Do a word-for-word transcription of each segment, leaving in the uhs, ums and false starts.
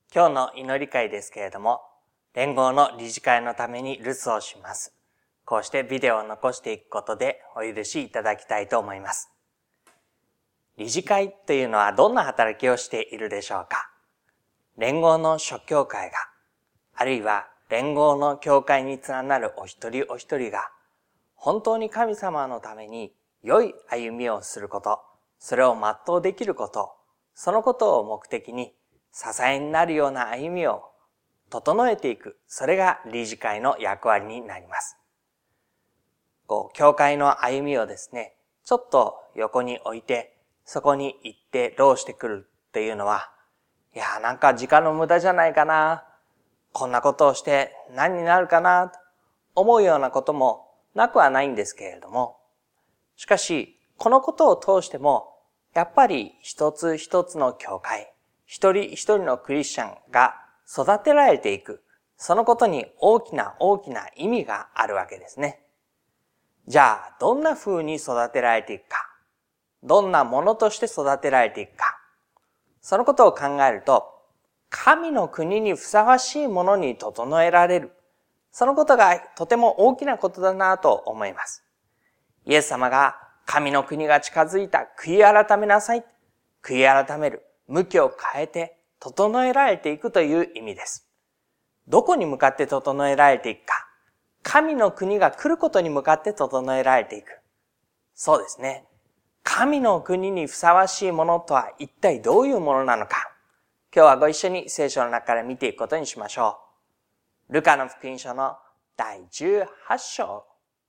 今日の祈り会ですけれども、連合の理事会のために留守をします。こうしてビデオを残していくことでお許しいただきたいと思います。理事会というのはどんな働きをしているでしょうか。連合の諸教会が、あるいは連合の教会に連なるお一人お一人が、本当に神様のために良い歩みをすること、それを全うできること、そのことを目的に支えになるような歩みを整えていく、それが理事会の役割になります。こう、教会の歩みをですね、ちょっと横に置いて、そこに行って労してくるっていうのは、いや、なんか時間の無駄じゃないかな、こんなことをして何になるかな、と思うようなこともなくはないんですけれども、しかし、このことを通しても、やっぱり一つ一つの教会、一人一人のクリスチャンが育てられていく、そのことに大きな大きな意味があるわけですね。じゃあ、どんな風に育てられていくか、どんなものとして育てられていくか、そのことを考えると、神の国にふさわしいものに整えられる、そのことがとても大きなことだなと思います。イエス様が神の国が近づいた、悔い改めなさい、悔い改める、向きを変えて整えられていくという意味です。どこに向かって整えられていくか。神の国が来ることに向かって整えられていく。そうですね。神の国にふさわしいものとは一体どういうものなのか。今日はご一緒に聖書の中から見ていくことにしましょう。ルカの福音書のだいじゅうはち章、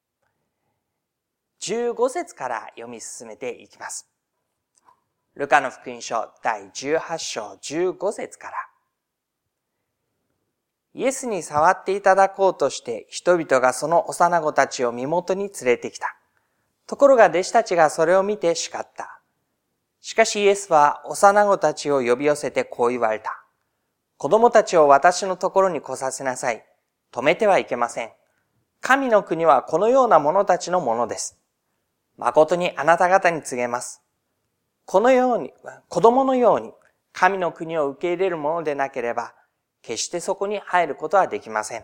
じゅうご節から読み進めていきます。ルカの福音書だいじゅうはち章じゅうご節から。イエスに触っていただこうとして人々がその幼子たちを身元に連れてきた。ところが弟子たちがそれを見て叱った。しかしイエスは幼子たちを呼び寄せてこう言われた。子供たちを私のところに来させなさい。止めてはいけません。神の国はこのような者たちのものです。誠にあなた方に告げます。このように、子供のように神の国を受け入れるものでなければ、決してそこに入ることはできません。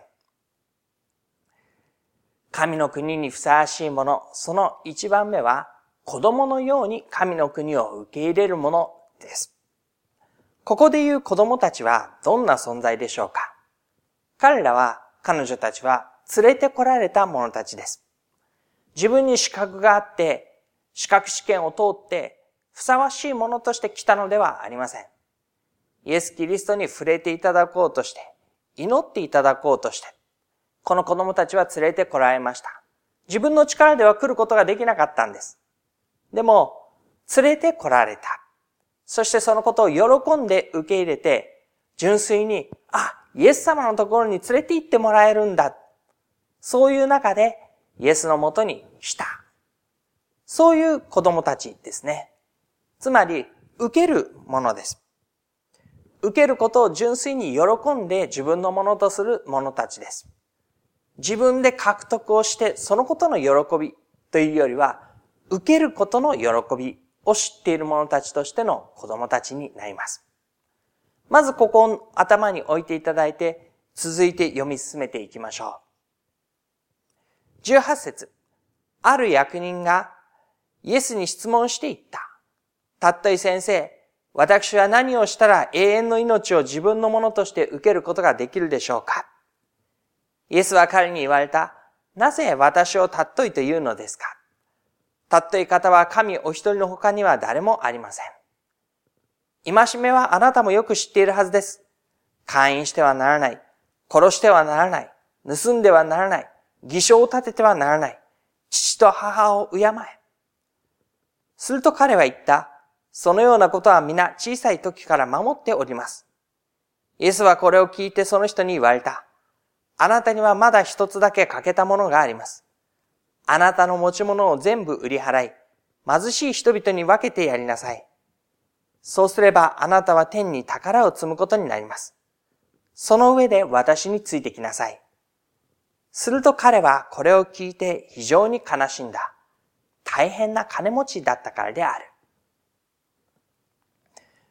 神の国にふさわしいもの、その一番目は、子供のように神の国を受け入れるものです。ここで言う子供たちはどんな存在でしょうか。彼らは、彼女たちは連れてこられた者たちです。自分に資格があって、資格試験を通って、ふさわしいものとして来たのではありません。イエス・キリストに触れていただこうとして、祈っていただこうとして、この子供たちは連れてこられました。自分の力では来ることができなかったんです。でも、連れてこられた。そしてそのことを喜んで受け入れて、純粋に、あ、イエス様のところに連れて行ってもらえるんだ。そういう中で、イエスのもとにした。そういう子供たちですね。つまり、受けるものです。受けることを純粋に喜んで自分のものとする者たちです。自分で獲得をしてそのことの喜びというよりは、受けることの喜びを知っている者たちとしての子供たちになります。まずここを頭に置いていただいて、続いて読み進めていきましょう。じゅうはち節。ある役人がイエスに質問していった。たっとい先生、私は何をしたら永遠の命を自分のものとして受けることができるでしょうか。イエスは彼に言われた。なぜ私をたっといというのですか。たっとい方は神お一人の他には誰もありません。戒めはあなたもよく知っているはずです。姦淫してはならない。殺してはならない。盗んではならない。偽証を立ててはならない。父と母を敬え。すると彼は言った。そのようなことは皆小さい時から守っております。イエスはこれを聞いてその人に言われた。あなたにはまだ一つだけ欠けたものがあります。あなたの持ち物を全部売り払い、貧しい人々に分けてやりなさい。そうすればあなたは天に宝を積むことになります。その上で私についてきなさい。すると彼はこれを聞いて非常に悲しんだ。大変な金持ちだったからである。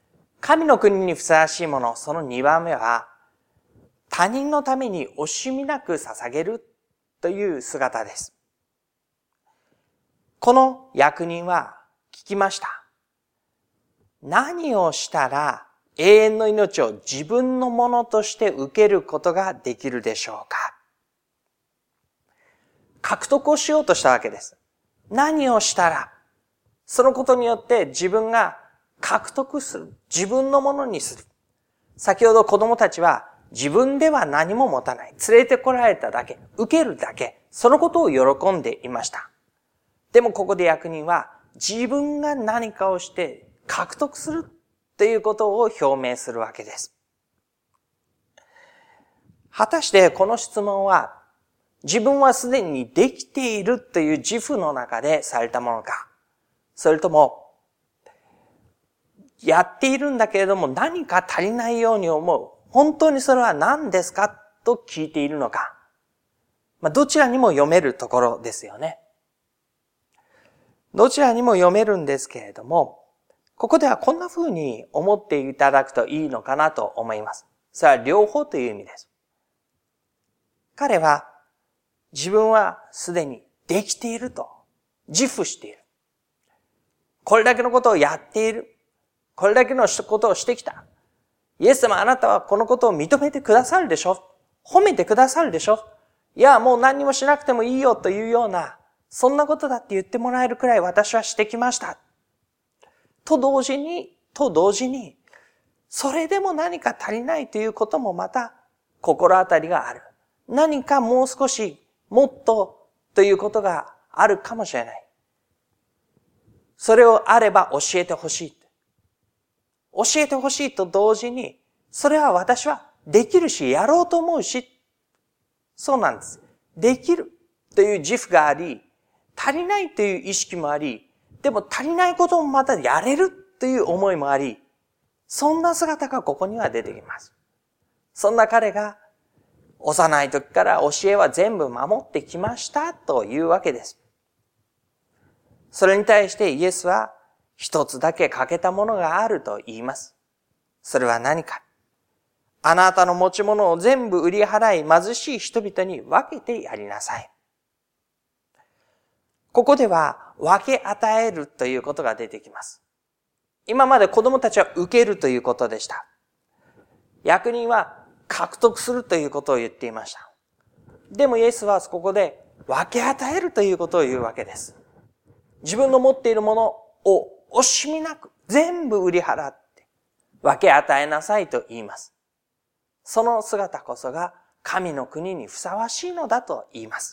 神の国にふさわしいもの、そのにばんめは、他人のために惜しみなく捧げるという姿です。この役人は聞きました。何をしたら永遠の命を自分のものとして受けることができるでしょうか。獲得をしようとしたわけです。何をしたら、そのことによって自分が獲得する。自分のものにする。先ほど子供たちは自分では何も持たない。連れてこられただけ。受けるだけ。そのことを喜んでいました。でもここで役人は自分が何かをして獲得するということを表明するわけです。果たしてこの質問は自分はすでにできているという自負の中でされたものか、それともやっているんだけれども何か足りないように思う、本当にそれは何ですかと聞いているのか、まあ、どちらにも読めるところですよね。どちらにも読めるんですけれども、ここではこんな風に思っていただくといいのかなと思います。それは両方という意味です。彼は自分はすでにできていると自負している。これだけのことをやっている。これだけのことをしてきた。イエス様、あなたはこのことを認めてくださるでしょ。褒めてくださるでしょ。いや、もう何もしなくてもいいよというような、そんなことだって言ってもらえるくらい私はしてきました。と同時に、と同時に、それでも何か足りないということもまた心当たりがある。何かもう少し、もっとということがあるかもしれない。それをあれば教えてほしい。教えてほしいと同時に、それは私はできるし、やろうと思うし、そうなんです。できるという自負があり、足りないという意識もあり、でも足りないこともまたやれるという思いもあり、そんな姿がここには出てきます。そんな彼が幼い時から教えは全部守ってきましたというわけです。それに対してイエスは一つだけ欠けたものがあると言います。それは何か。あなたの持ち物を全部売り払い貧しい人々に分けてやりなさい。ここでは分け与えるということが出てきます。今まで子供たちは受けるということでした。役人は獲得するということを言っていました。でもイエスはここで分け与えるということを言うわけです。自分の持っているものを惜しみなく全部売り払って分け与えなさいと言います。その姿こそが神の国にふさわしいのだと言います。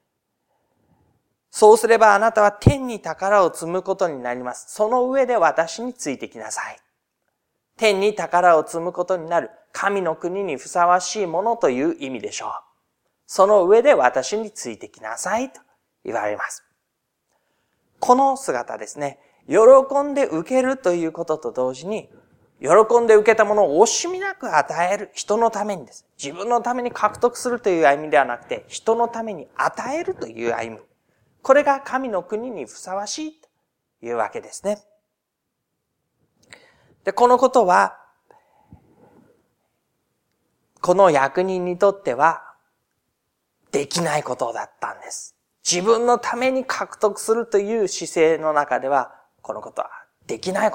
そうすればあなたは天に宝を積むことになります。その上で私についてきなさい。天に宝を積むことになる神の国にふさわしいものという意味でしょう。その上で私についてきなさいと言われます。この姿ですね。喜んで受けるということと同時に、喜んで受けたものを惜しみなく与える人のためにです。自分のために獲得するという歩みではなくて、人のために与えるという歩み。これが神の国にふさわしいというわけですね。で、このことは、この役人にとっては、できないことだったんです。自分のために獲得するという姿勢の中では、このことはできないこと。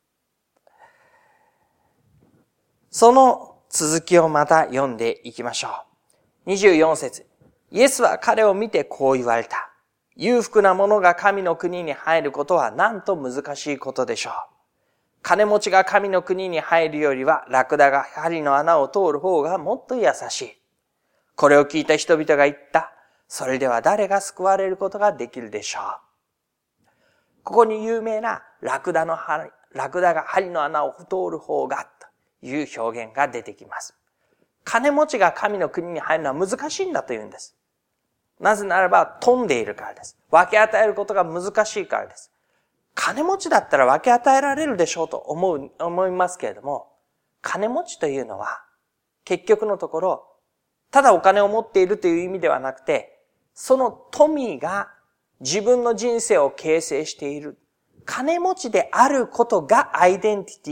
その続きをまた読んでいきましょう。にじゅうよん節。イエスは彼を見てこう言われた。裕福な者が神の国に入ることはなんと難しいことでしょう。金持ちが神の国に入るよりはラクダが針の穴を通る方がもっと優しい。これを聞いた人々が言った。それでは誰が救われることができるでしょう。ここに有名なラクダの針、ラクダが針の穴を通る方がという表現が出てきます。金持ちが神の国に入るのは難しいんだというんです。なぜならば富んでいるからです。分け与えることが難しいからです。金持ちだったら分け与えられるでしょうと思う、思いますけれども、金持ちというのは結局のところ、ただお金を持っているという意味ではなくて、その富が自分の人生を形成している。金持ちであることがアイデンティティに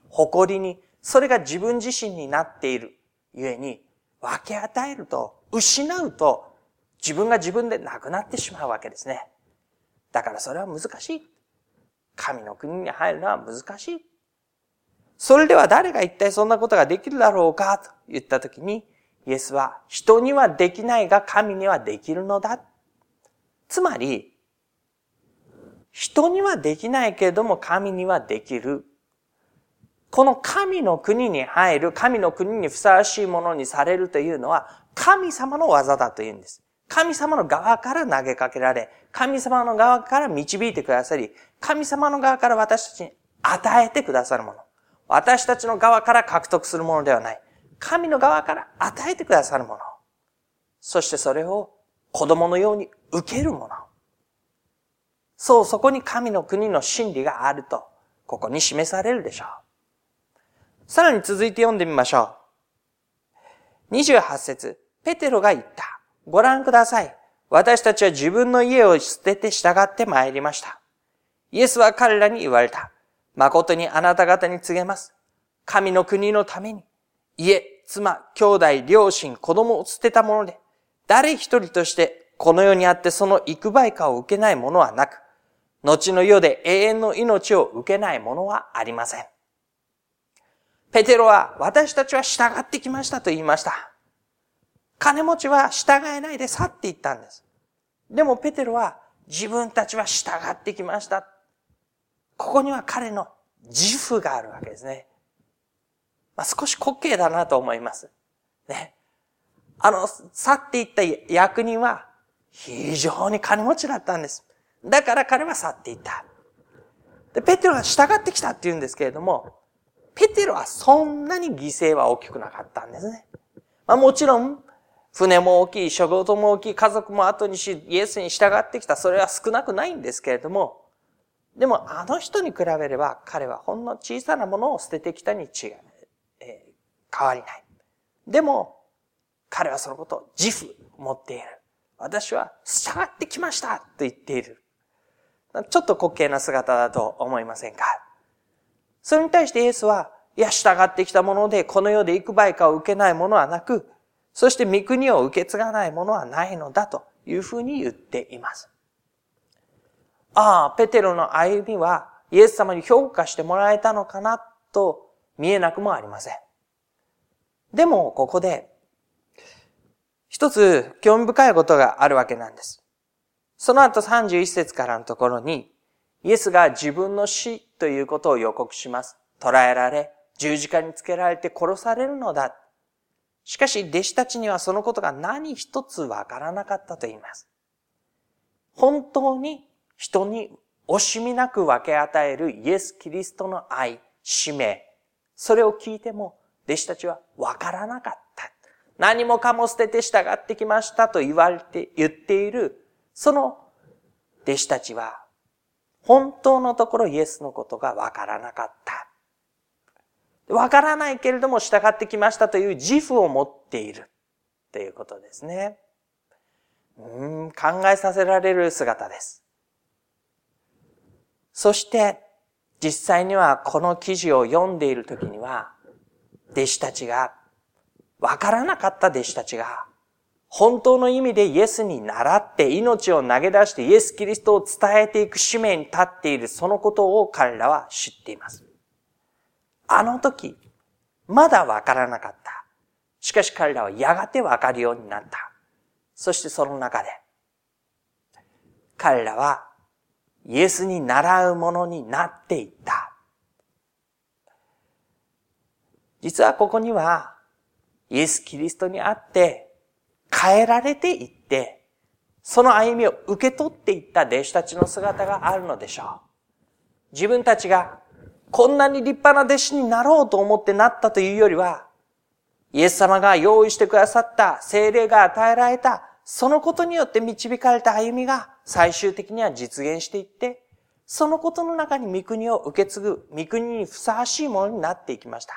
誇りに、それが自分自身になっているゆえに、分け与えると、失うと、自分が自分でなくなってしまうわけですね。だからそれは難しい。神の国に入るのは難しい。それでは誰が一体そんなことができるだろうかと言ったときに、イエスは人にはできないが神にはできるのだ。つまり、人にはできないけれども神にはできる。この神の国に入る、神の国にふさわしいものにされるというのは神様の技だというんです。神様の側から投げかけられ、神様の側から導いてくださり、神様の側から私たちに与えてくださるもの。私たちの側から獲得するものではない。神の側から与えてくださるもの。そしてそれを子供のように受けるもの。そう、そこに神の国の真理があると、ここに示されるでしょう。さらに続いて読んでみましょう。にじゅうはち節、ペテロが言った。ご覧ください。私たちは自分の家を捨てて従って参りました。イエスは彼らに言われた。誠にあなた方に告げます。神の国のために、家、妻、兄弟、両親、子供を捨てたもので、誰一人としてこの世にあってその幾倍かを受けないものはなく、後の世で永遠の命を受けないものはありません。ペテロは私たちは従ってきましたと言いました。金持ちは従えないで去っていったんです。でもペテロは自分たちは従ってきました。ここには彼の自負があるわけですね。まあ、少し滑稽だなと思います。ね。あの、去っていった役人は非常に金持ちだったんです。だから彼は去っていった。で、ペテロは従ってきたって言うんですけれども、ペテロはそんなに犠牲は大きくなかったんですね。まあもちろん、船も大きい、仕事も大きい、家族も後にし、イエスに従ってきた、それは少なくないんですけれども、でもあの人に比べれば彼はほんの小さなものを捨ててきたに違い、えー、変わりない。でも、彼はそのことを自負持っている。私は従ってきましたと言っている。ちょっと滑稽な姿だと思いませんか？それに対してイエスは、いや、従ってきたもので、この世で幾倍かを受けないものはなく、そして御国を受け継がないものはないのだというふうに言っています。ああ、ペテロの歩みはイエス様に評価してもらえたのかなと見えなくもありません。でも、ここで、一つ興味深いことがあるわけなんです。その後さんじゅういち節からのところに、イエスが自分の死ということを予告します。捕らえられ、十字架につけられて殺されるのだ。しかし弟子たちにはそのことが何一つわからなかったと言います。本当に人に惜しみなく分け与えるイエス・キリストの愛、使命、それを聞いても弟子たちはわからなかった。何もかも捨てて従ってきましたと言われて、言っている、その弟子たちは本当のところイエスのことがわからなかった。わからないけれども従ってきましたという自負を持っているということですね。うーん、考えさせられる姿です。そして実際にはこの記事を読んでいるときには弟子たちが、わからなかった弟子たちが本当の意味でイエスに倣って命を投げ出してイエス・キリストを伝えていく使命に立っているそのことを彼らは知っています。あの時、まだわからなかった。しかし彼らはやがてわかるようになった。そしてその中で、彼らはイエスに倣うものになっていった。実はここには、イエス・キリストにあって変えられていって、その歩みを受け取っていった弟子たちの姿があるのでしょう。自分たちがこんなに立派な弟子になろうと思ってなったというよりは、イエス様が用意してくださった聖霊が与えられた、そのことによって導かれた歩みが最終的には実現していって、そのことの中に御国を受け継ぐ、御国にふさわしいものになっていきました。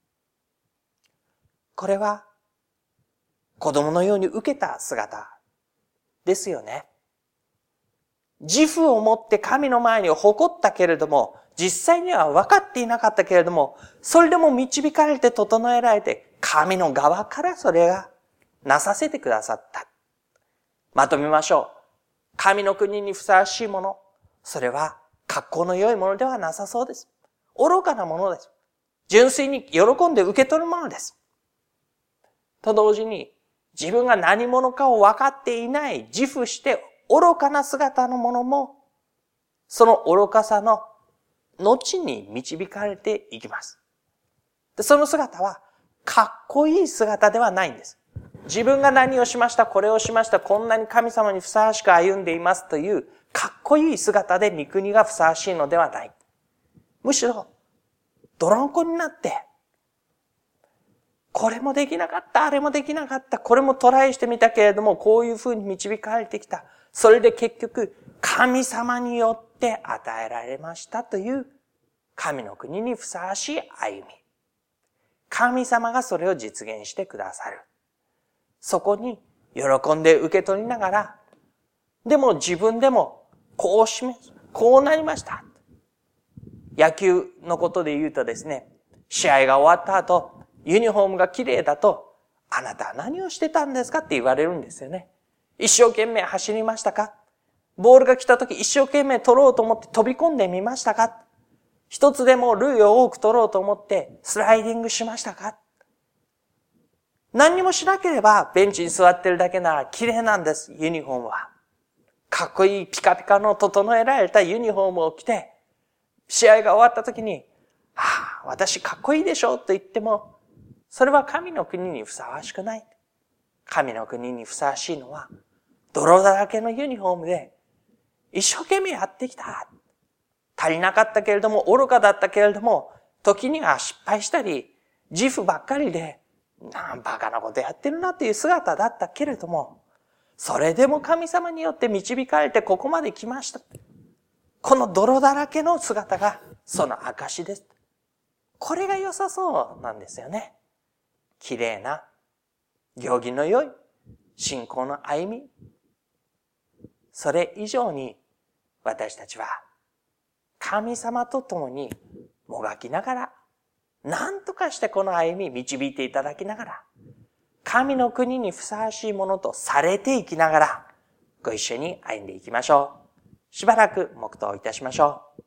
これは子供のように受けた姿ですよね。自負を持って神の前に誇ったけれども、 実際には分かっていなかったけれども、それでも導かれて整えられて、神の側からそれがなさせてくださった。まとめましょう。神の国にふさわしいもの、それは格好の良いものではなさそうです。愚かなものです。純粋に喜んで受け取るものです。と同時に、自分が何者かを分かっていない、自負して愚かな姿のものも、その愚かさの後に導かれていきます。で、その姿は、かっこいい姿ではないんです。自分が何をしました、これをしました、こんなに神様にふさわしく歩んでいますという、かっこいい姿で御国がふさわしいのではない。むしろ、泥んこになって、これもできなかった、あれもできなかった、これもトライしてみたけれども、こういうふうに導かれてきた。それで結局、神様によって与えられましたという、神の国にふさわしい歩み。神様がそれを実現してくださる。そこに喜んで受け取りながら、でも自分でもこう示す、こうなりました。野球のことで言うとですね、試合が終わった後、ユニフォームが綺麗だと、あなたは何をしてたんですかって言われるんですよね。一生懸命走りましたか？ボールが来た時一生懸命取ろうと思って飛び込んでみましたか？一つでも塁を多く取ろうと思ってスライディングしましたか？何にもしなければベンチに座ってるだけなら綺麗なんです、ユニフォームは。かっこいいピカピカの整えられたユニフォームを着て、試合が終わった時に、はあ、私かっこいいでしょと言っても、それは神の国にふさわしくない。神の国にふさわしいのは、泥だらけのユニフォームで、一生懸命やってきた。足りなかったけれども、愚かだったけれども、時には失敗したり、自負ばっかりで、なんバカなことやってるなっていう姿だったけれども、それでも神様によって導かれてここまで来ました。この泥だらけの姿がその証です。これが良さそうなんですよね。綺麗な、行儀の良い、信仰の歩み。それ以上に私たちは神様と共にもがきながら、何とかしてこの歩み導いていただきながら、神の国にふさわしいものとされていきながら、ご一緒に歩んでいきましょう。しばらく黙祷いたしましょう。